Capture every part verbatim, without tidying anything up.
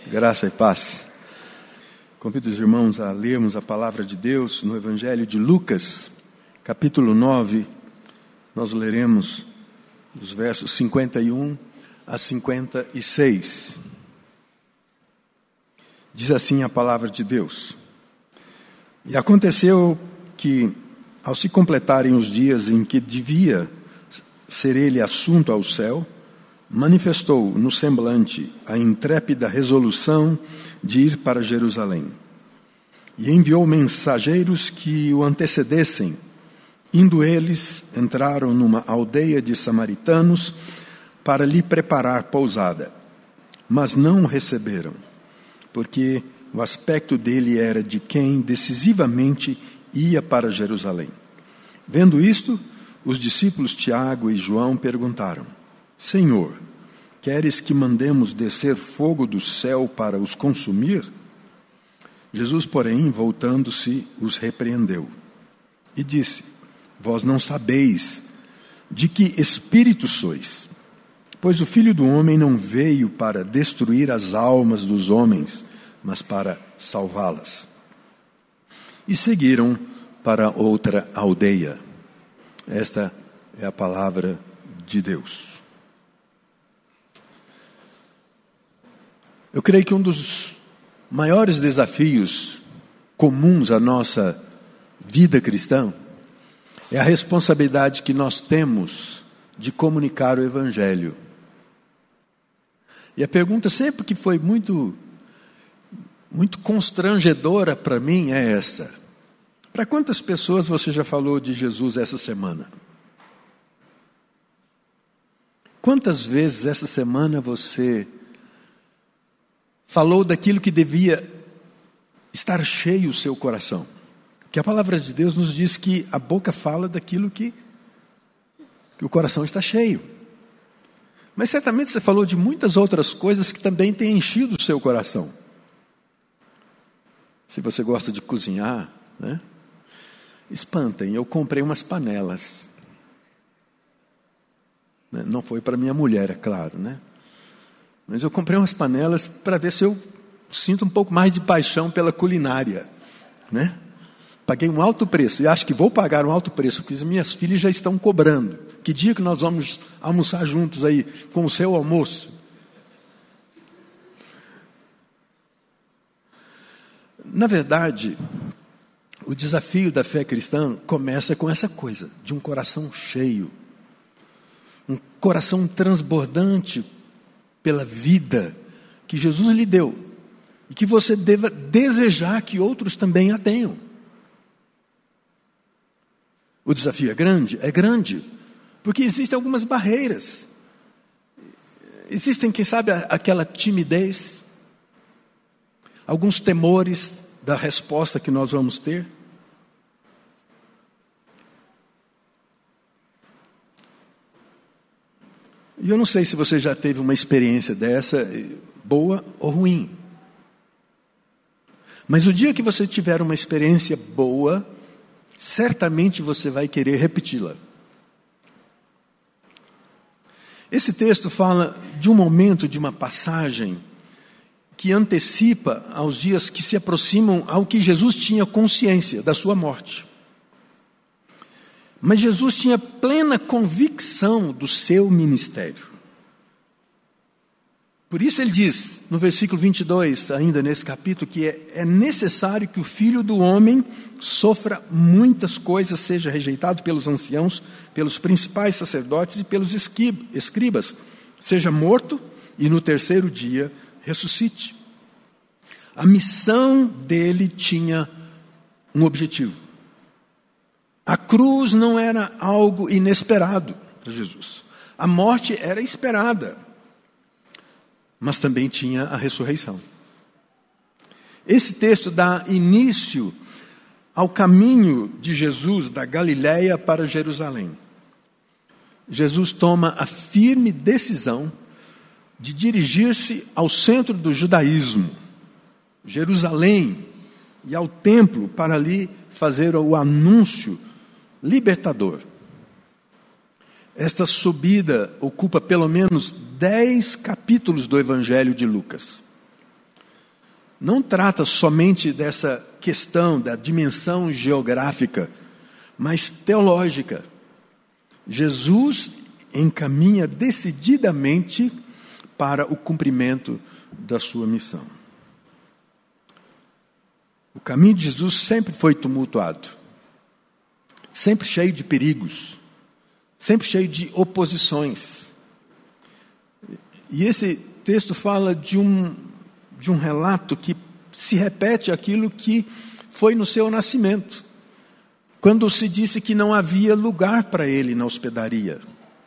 Graça e paz. Convido os irmãos a lermos a palavra de Deus no Evangelho de Lucas, capítulo nove. Nós leremos os versos cinquenta e um a cinquenta e seis. Diz assim a palavra de Deus: E aconteceu que, ao se completarem os dias em que devia ser ele assunto ao céu, manifestou no semblante a intrépida resolução de ir para Jerusalém. E enviou mensageiros que o antecedessem. Indo eles, entraram numa aldeia de samaritanos para lhe preparar pousada. Mas não o receberam, porque o aspecto dele era de quem decisivamente ia para Jerusalém. Vendo isto, os discípulos Tiago e João perguntaram: Senhor, queres que mandemos descer fogo do céu para os consumir? Jesus, porém, voltando-se, os repreendeu e disse: Vós não sabeis de que espírito sois, pois o Filho do Homem não veio para destruir as almas dos homens, mas para salvá-las. E seguiram para outra aldeia. Esta é a palavra de Deus. Eu creio que um dos maiores desafios comuns à nossa vida cristã é a responsabilidade que nós temos de comunicar o Evangelho. E a pergunta sempre que foi muito, muito constrangedora para mim é essa: para quantas pessoas você já falou de Jesus essa semana? Quantas vezes essa semana você falou daquilo que devia estar cheio o seu coração? Que a palavra de Deus nos diz que a boca fala daquilo que, que o coração está cheio. Mas certamente você falou de muitas outras coisas que também têm enchido o seu coração. Se você gosta de cozinhar, né? Espantem, eu comprei umas panelas. Não foi para minha mulher, é claro, né? Mas eu comprei umas panelas para ver se eu sinto um pouco mais de paixão pela culinária, né? Paguei um alto preço, e acho que vou pagar um alto preço, porque as minhas filhas já estão cobrando. Que dia que nós vamos almoçar juntos aí, com o seu almoço? Na verdade, o desafio da fé cristã começa com essa coisa, de um coração cheio. Um coração transbordante pela vida que Jesus lhe deu, e que você deva desejar que outros também a tenham. O desafio é grande? É grande, porque existem algumas barreiras. Existem, quem sabe, aquela timidez, alguns temores da resposta que nós vamos ter. E eu não sei se você já teve uma experiência dessa, boa ou ruim. Mas o dia que você tiver uma experiência boa, certamente você vai querer repeti-la. Esse texto fala de um momento, de uma passagem, que antecipa aos dias que se aproximam ao que Jesus tinha consciência da sua morte. Mas Jesus tinha plena convicção do seu ministério. Por isso ele diz, no versículo vinte e dois, ainda nesse capítulo, que é, é necessário que o Filho do Homem sofra muitas coisas, seja rejeitado pelos anciãos, pelos principais sacerdotes e pelos escribas, seja morto e no terceiro dia ressuscite. A missão dele tinha um objetivo. A cruz não era algo inesperado para Jesus. A morte era esperada, mas também tinha a ressurreição. Esse texto dá início ao caminho de Jesus da Galiléia para Jerusalém. Jesus toma a firme decisão de dirigir-se ao centro do judaísmo, Jerusalém, e ao templo, para ali fazer o anúncio libertador. Esta subida ocupa pelo menos dez capítulos do Evangelho de Lucas. não trata somente dessa questão da dimensão geográfica, mas teológica. Jesus encaminha decididamente para o cumprimento da sua missão. O caminho de Jesus sempre foi tumultuado, sempre cheio de perigos, sempre cheio de oposições. E esse texto fala de um, de um relato que se repete aquilo que foi no seu nascimento, quando se disse que não havia lugar para ele na hospedaria.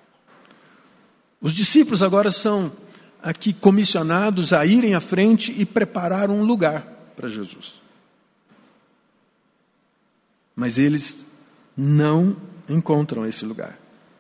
Os discípulos agora são aqui comissionados a irem à frente e preparar um lugar para Jesus. Mas eles não encontram esse lugar.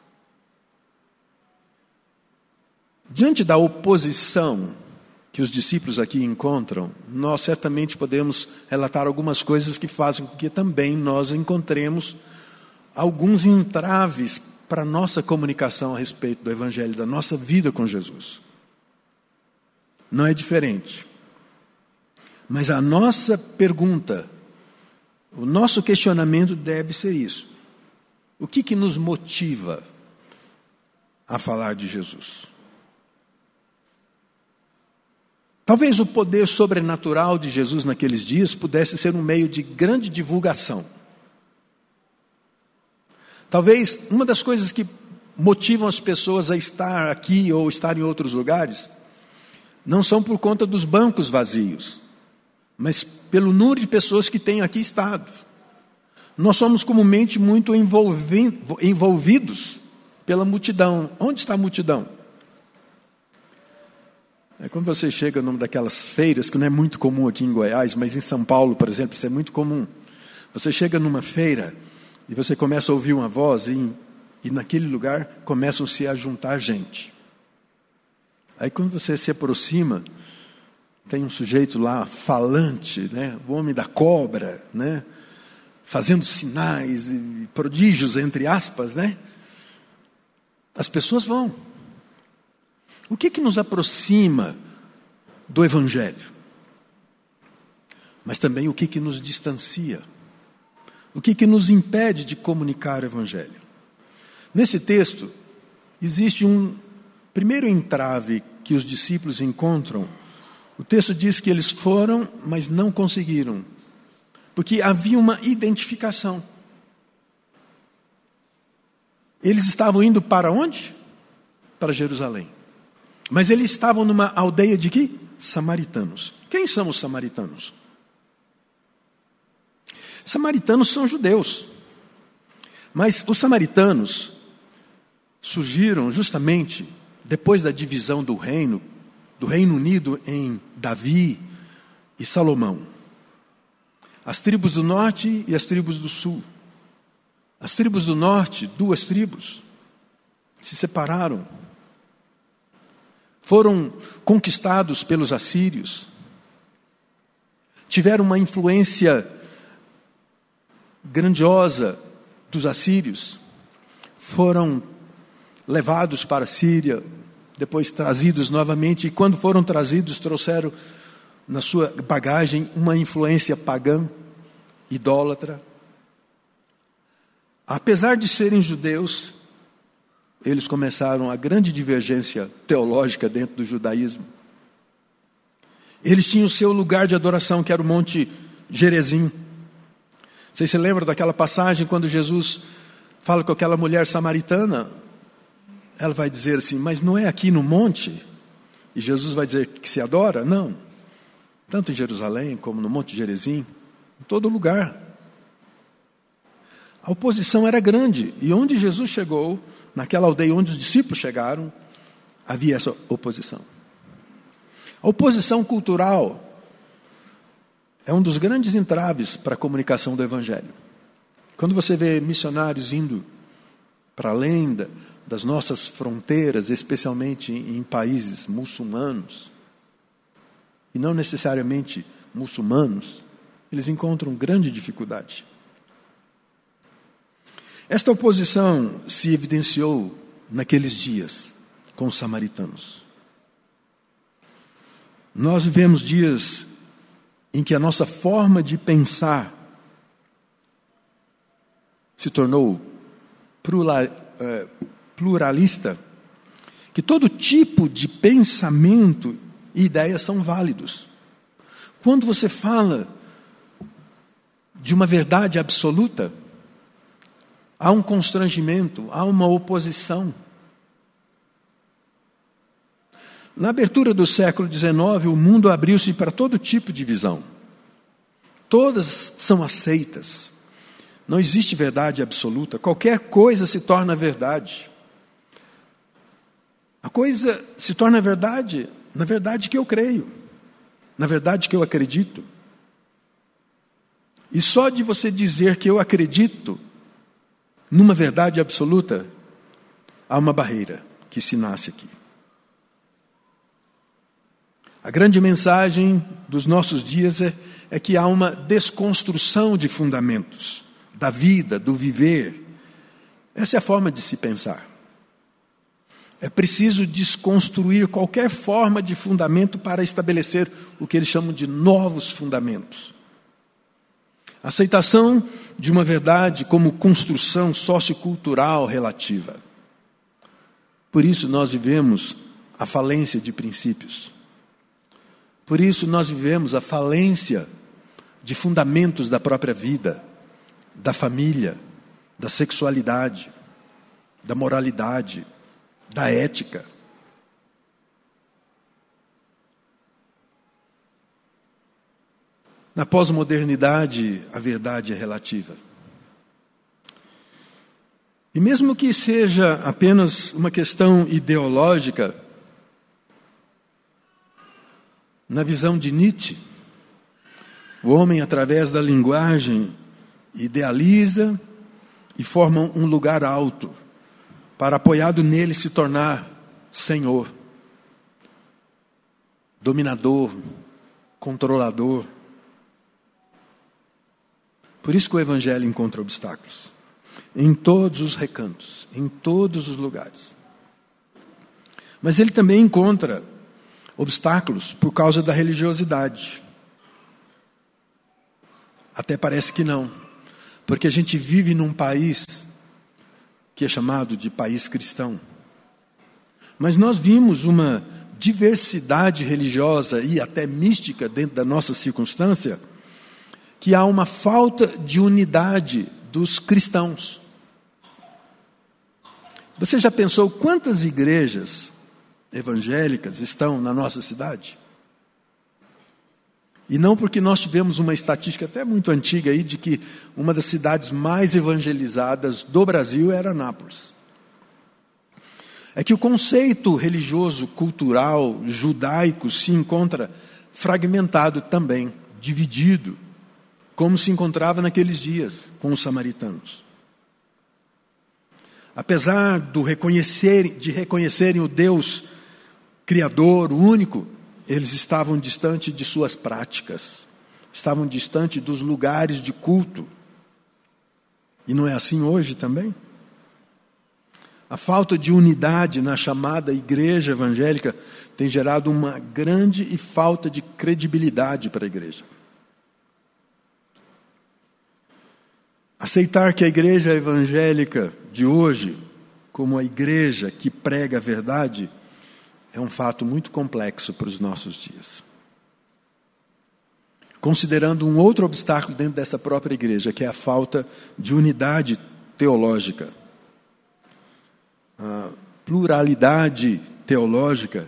Diante da oposição que os discípulos aqui encontram, nós certamente podemos relatar algumas coisas que fazem com que também nós encontremos alguns entraves para a nossa comunicação a respeito do Evangelho, da nossa vida com Jesus. Não é diferente. Mas a nossa pergunta, o nosso questionamento deve ser isso. O que que nos motiva a falar de Jesus? Talvez o poder sobrenatural de Jesus naqueles dias pudesse ser um meio de grande divulgação. Talvez uma das coisas que motivam as pessoas a estar aqui ou estar em outros lugares não são por conta dos bancos vazios, mas pelo número de pessoas que têm aqui estado. Nós somos comumente muito envolvi- envolvidos pela multidão. Onde está a multidão? É quando você chega numa daquelas feiras, que não é muito comum aqui em Goiás, mas em São Paulo, por exemplo, isso é muito comum. Você chega numa feira e você começa a ouvir uma voz e, e naquele lugar começam-se a juntar gente. Aí quando você se aproxima, tem um sujeito lá falante, né? O homem da cobra, né? Fazendo sinais e prodígios, entre aspas, né? As pessoas vão. O que que nos aproxima do Evangelho? Mas também o que que nos distancia? O que que nos impede de comunicar o Evangelho? Nesse texto, existe um primeiro entrave que os discípulos encontram. O texto diz que eles foram, mas não conseguiram, porque havia uma identificação. Eles estavam indo para onde? Para Jerusalém. Mas eles estavam numa aldeia de quê? Samaritanos. Quem são os samaritanos? Samaritanos são judeus. Mas os samaritanos surgiram justamente depois da divisão do reino, do Reino Unido em Davi e Salomão. As tribos do norte e as tribos do sul. As tribos do norte, duas tribos, se separaram. Foram conquistados pelos assírios. Tiveram uma influência grandiosa dos assírios. Foram levados para a Síria, depois trazidos novamente, e quando foram trazidos, trouxeram na sua bagagem uma influência pagã, idólatra. Apesar de serem judeus, eles começaram a grande divergência teológica dentro do judaísmo. Eles tinham o seu lugar de adoração, que era o Monte Gerizim. Vocês se lembram daquela passagem quando Jesus fala com aquela mulher samaritana? Ela vai dizer assim, mas não é aqui no monte? E Jesus vai dizer que se adora? Não. Tanto em Jerusalém como no Monte Gerizim, em todo lugar. A oposição era grande. E onde Jesus chegou, naquela aldeia onde os discípulos chegaram, havia essa oposição. A oposição cultural é um dos grandes entraves para a comunicação do Evangelho. Quando você vê missionários indo para além da, das nossas fronteiras, especialmente em, em países muçulmanos, e não necessariamente muçulmanos, eles encontram grande dificuldade. Esta oposição se evidenciou naqueles dias com os samaritanos. Nós vivemos dias em que a nossa forma de pensar se tornou pluralista, que todo tipo de pensamento e ideias são válidos. Quando você fala de uma verdade absoluta, há um constrangimento, há uma oposição. Na abertura do século dezenove, o mundo abriu-se para todo tipo de visão. Todas são aceitas. Não existe verdade absoluta. Qualquer coisa se torna verdade. A coisa se torna verdade na verdade que eu creio, na verdade que eu acredito. E só de você dizer que eu acredito numa verdade absoluta, há uma barreira que se nasce aqui. A grande mensagem dos nossos dias é, é que há uma desconstrução de fundamentos, da vida, do viver. Essa é a forma de se pensar. É preciso desconstruir qualquer forma de fundamento para estabelecer o que eles chamam de novos fundamentos. A aceitação de uma verdade como construção sociocultural relativa. Por isso nós vivemos a falência de princípios. Por isso nós vivemos a falência de fundamentos da própria vida, da família, da sexualidade, da moralidade, da ética. Na pós-modernidade, a verdade é relativa. E mesmo que seja apenas uma questão ideológica, na visão de Nietzsche, o homem, através da linguagem, idealiza e forma um lugar alto, para, apoiado nele, se tornar senhor, dominador, controlador. Por isso que o Evangelho encontra obstáculos, em todos os recantos, em todos os lugares. Mas ele também encontra obstáculos por causa da religiosidade. Até parece que não, porque a gente vive num país que é chamado de país cristão. Mas nós vimos uma diversidade religiosa e até mística dentro da nossa circunstância, que há uma falta de unidade dos cristãos. Você já pensou quantas igrejas evangélicas estão na nossa cidade? E não porque nós tivemos uma estatística até muito antiga aí de que uma das cidades mais evangelizadas do Brasil era Anápolis. É que o conceito religioso, cultural, judaico se encontra fragmentado também, dividido, como se encontrava naqueles dias com os samaritanos. Apesar do reconhecer, de reconhecerem o Deus Criador, o único, eles estavam distantes de suas práticas, estavam distantes dos lugares de culto. E não é assim hoje também? A falta de unidade na chamada igreja evangélica tem gerado uma grande e falta de credibilidade para a igreja. Aceitar que a igreja evangélica de hoje, como a igreja que prega a verdade, é um fato muito complexo para os nossos dias. Considerando um outro obstáculo dentro dessa própria igreja, que é a falta de unidade teológica. A pluralidade teológica,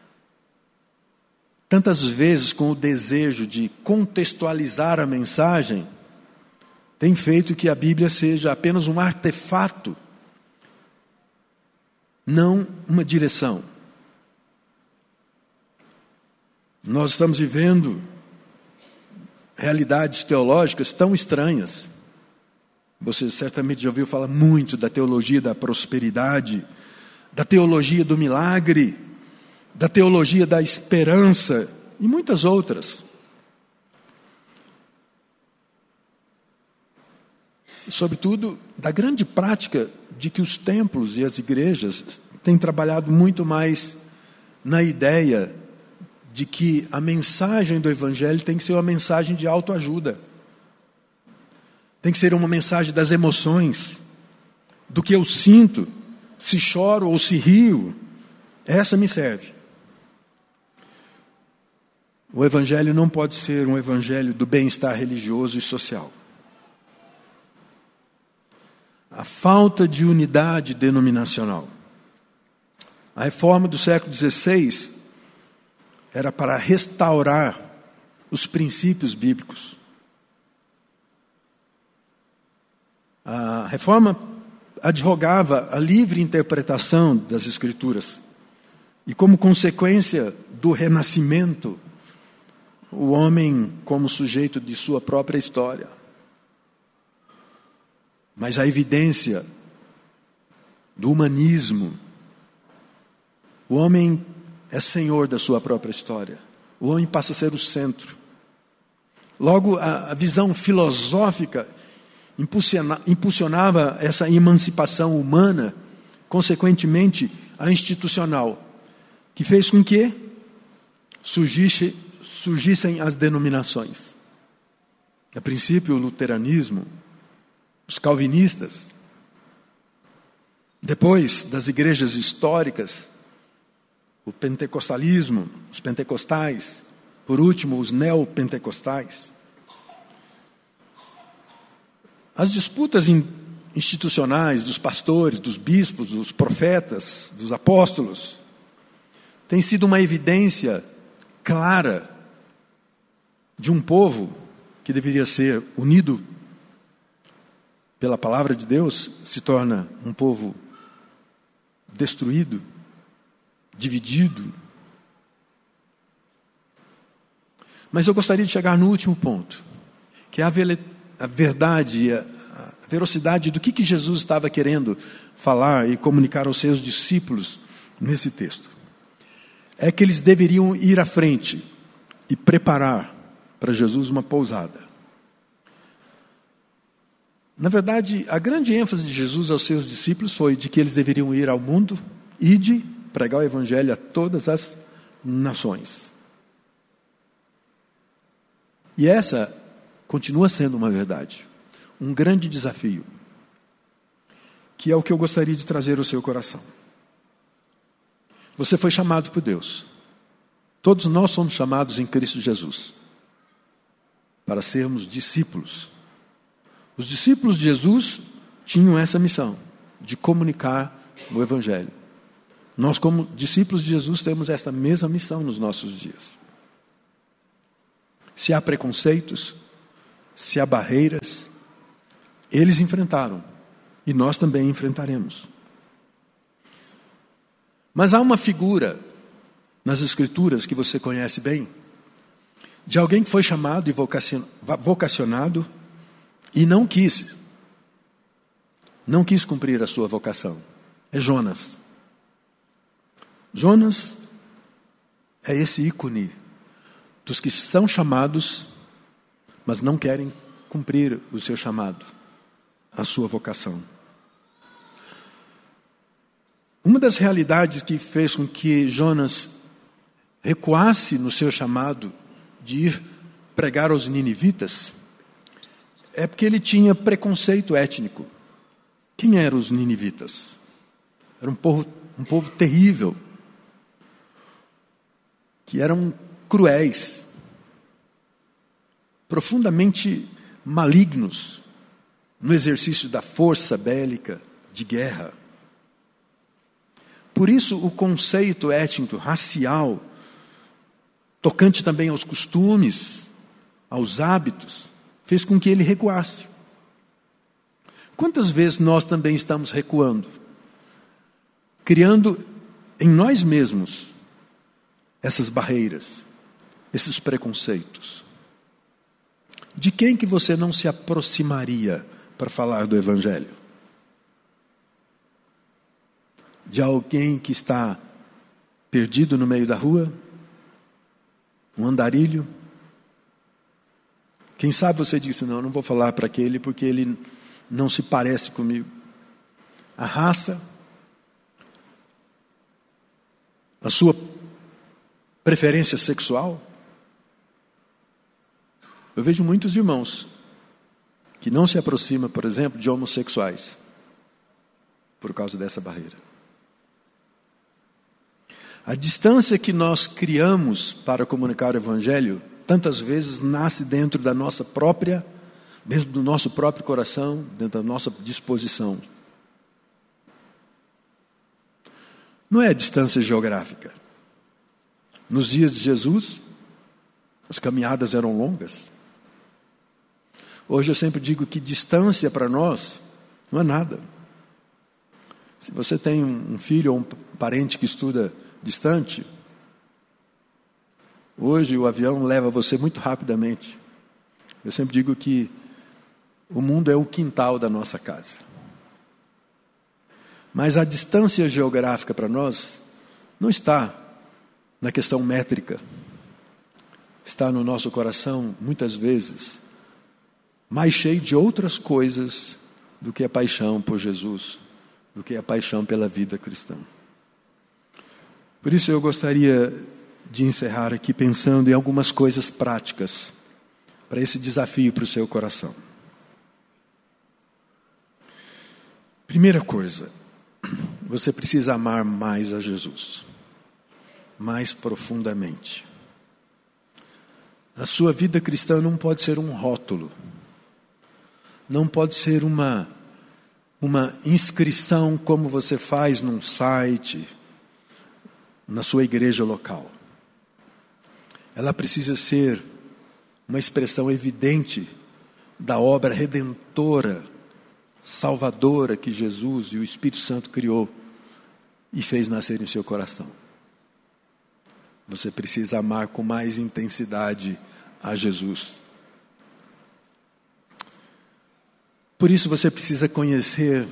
tantas vezes com o desejo de contextualizar a mensagem, tem feito que a Bíblia seja apenas um artefato, não uma direção. Nós estamos vivendo realidades teológicas tão estranhas. Você certamente já ouviu falar muito da teologia da prosperidade, da teologia do milagre, da teologia da esperança e muitas outras. E, sobretudo, da grande prática de que os templos e as igrejas têm trabalhado muito mais na ideia de que a mensagem do Evangelho tem que ser uma mensagem de autoajuda. Tem que ser uma mensagem das emoções, do que eu sinto, se choro ou se rio. Essa me serve. O Evangelho não pode ser um Evangelho do bem-estar religioso e social. A falta de unidade denominacional. A reforma do século dezesseis era para restaurar os princípios bíblicos. A reforma advogava a livre interpretação das Escrituras. E como consequência do renascimento, o homem como sujeito de sua própria história. Mas a evidência do humanismo, o homem é senhor da sua própria história. O homem passa a ser o centro. Logo, a, a visão filosófica impulsiona, impulsionava essa emancipação humana, consequentemente, a institucional, que fez com que surgisse, surgissem as denominações. A princípio, o luteranismo, os calvinistas. Depois das igrejas históricas, o pentecostalismo, os pentecostais. Por último, os neopentecostais. As disputas institucionais dos pastores, dos bispos, dos profetas, dos apóstolos, têm sido uma evidência clara de um povo que deveria ser unido pela palavra de Deus, se torna um povo destruído, dividido. Mas eu gostaria de chegar no último ponto, que é a, vele, a verdade, a, a velocidade do que, que Jesus estava querendo falar e comunicar aos seus discípulos nesse texto. É que eles deveriam ir à frente e preparar para Jesus uma pousada. Na verdade, a grande ênfase de Jesus aos seus discípulos foi de que eles deveriam ir ao mundo e de pregar o Evangelho a todas as nações. E essa continua sendo uma verdade, um grande desafio, que é o que eu gostaria de trazer ao seu coração. Você foi chamado por Deus. Todos nós somos chamados em Cristo Jesus para sermos discípulos. Os discípulos de Jesus tinham essa missão de comunicar o Evangelho. Nós, como discípulos de Jesus, temos essa mesma missão nos nossos dias. Se há preconceitos, se há barreiras, eles enfrentaram e nós também enfrentaremos. Mas há uma figura nas Escrituras que você conhece bem, de alguém que foi chamado e vocacionado e não quis, não quis cumprir a sua vocação. É Jonas. Jonas é esse ícone dos que são chamados, mas não querem cumprir o seu chamado, a sua vocação. Uma das realidades que fez com que Jonas recuasse no seu chamado de ir pregar aos ninivitas é porque ele tinha preconceito étnico. Quem eram os ninivitas? Era um povo, um povo terrível, que eram cruéis, profundamente malignos no exercício da força bélica de guerra. Por isso, o conceito étnico, racial, tocante também aos costumes, aos hábitos, fez com que ele recuasse. Quantas vezes nós também estamos recuando, criando em nós mesmos essas barreiras, esses preconceitos? De quem que você não se aproximaria para falar do Evangelho? De alguém que está perdido no meio da rua? Um andarilho? Quem sabe você disse, não, não vou falar para aquele porque ele não se parece comigo. A raça, a sua preferência sexual. Eu vejo muitos irmãos que não se aproximam, por exemplo, de homossexuais por causa dessa barreira. A distância que nós criamos para comunicar o Evangelho, tantas vezes nasce dentro da nossa própria, dentro do nosso próprio coração, dentro da nossa disposição. Não é a distância geográfica. Nos dias de Jesus, as caminhadas eram longas. Hoje eu sempre digo que distância para nós não é nada. Se você tem um filho ou um parente que estuda distante, hoje o avião leva você muito rapidamente. Eu sempre digo que o mundo é o quintal da nossa casa. Mas a distância geográfica para nós não está na questão métrica. Está no nosso coração, muitas vezes, mais cheio de outras coisas do que a paixão por Jesus, do que a paixão pela vida cristã. Por isso eu gostaria de encerrar aqui pensando em algumas coisas práticas para esse desafio para o seu coração. Primeira coisa, você precisa amar mais a Jesus, mais profundamente. A sua vida cristã não pode ser um rótulo, não pode ser uma, uma inscrição como você faz num site, na sua igreja local. Ela precisa ser uma expressão evidente da obra redentora, salvadora que Jesus e o Espírito Santo criou e fez nascer em seu coração. Você precisa amar com mais intensidade a Jesus. Por isso você precisa conhecer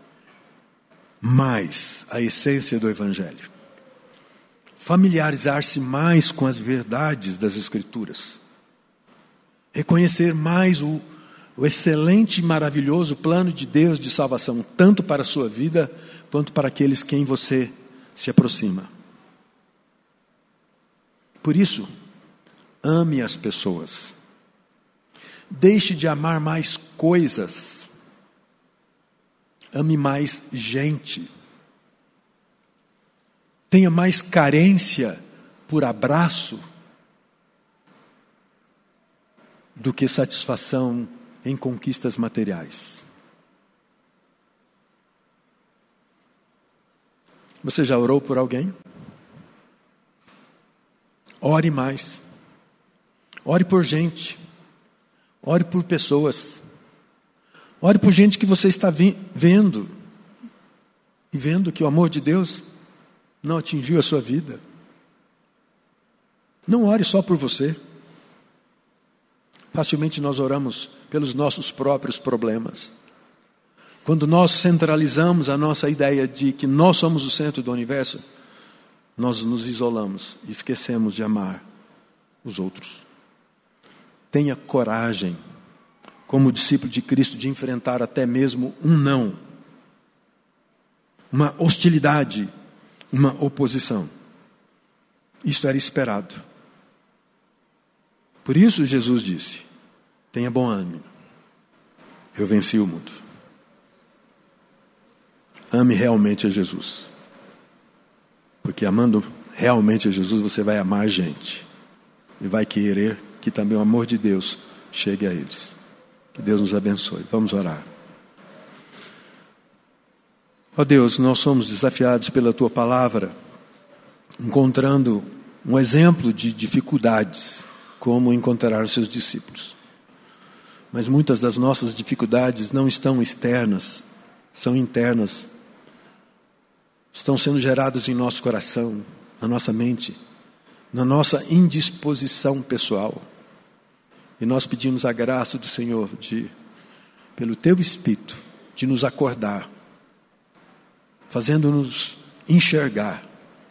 mais a essência do Evangelho. Familiarizar-se mais com as verdades das Escrituras. Reconhecer mais o, o excelente e maravilhoso plano de Deus de salvação, tanto para a sua vida, quanto para aqueles quem você se aproxima. Por isso, ame as pessoas. Deixe de amar mais coisas. Ame mais gente. Tenha mais carência por abraço do que satisfação em conquistas materiais. Você já orou por alguém? Ore mais. Ore por gente. Ore por pessoas. Ore por gente que você está vi- vendo. E vendo que o amor de Deus não atingiu a sua vida. Não ore só por você. Facilmente nós oramos pelos nossos próprios problemas. Quando nós centralizamos a nossa ideia de que nós somos o centro do universo, nós nos isolamos e esquecemos de amar os outros. Tenha coragem, como discípulo de Cristo, de enfrentar até mesmo um não, uma hostilidade, uma oposição. Isto era esperado. Por isso Jesus disse: tenha bom ânimo, eu venci o mundo. Ame realmente a Jesus, porque amando realmente a Jesus, você vai amar a gente e vai querer que também o amor de Deus chegue a eles. Que Deus nos abençoe. Vamos orar. Ó Deus, nós somos desafiados pela Tua palavra, encontrando um exemplo de dificuldades, como encontrar os seus discípulos. Mas muitas das nossas dificuldades não estão externas, são internas. Estão sendo geradas em nosso coração, na nossa mente, na nossa indisposição pessoal. E nós pedimos a graça do Senhor, de, pelo Teu Espírito, de nos acordar, fazendo-nos enxergar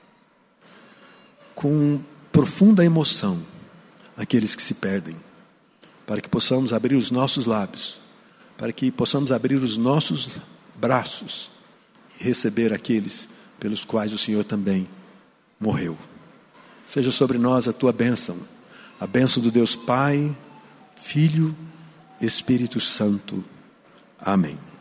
com profunda emoção aqueles que se perdem, para que possamos abrir os nossos lábios, para que possamos abrir os nossos braços e receber aqueles pelos quais o Senhor também morreu. seja sobre nós a tua bênção, a bênção do Deus Pai, Filho, Espírito Santo. Amém.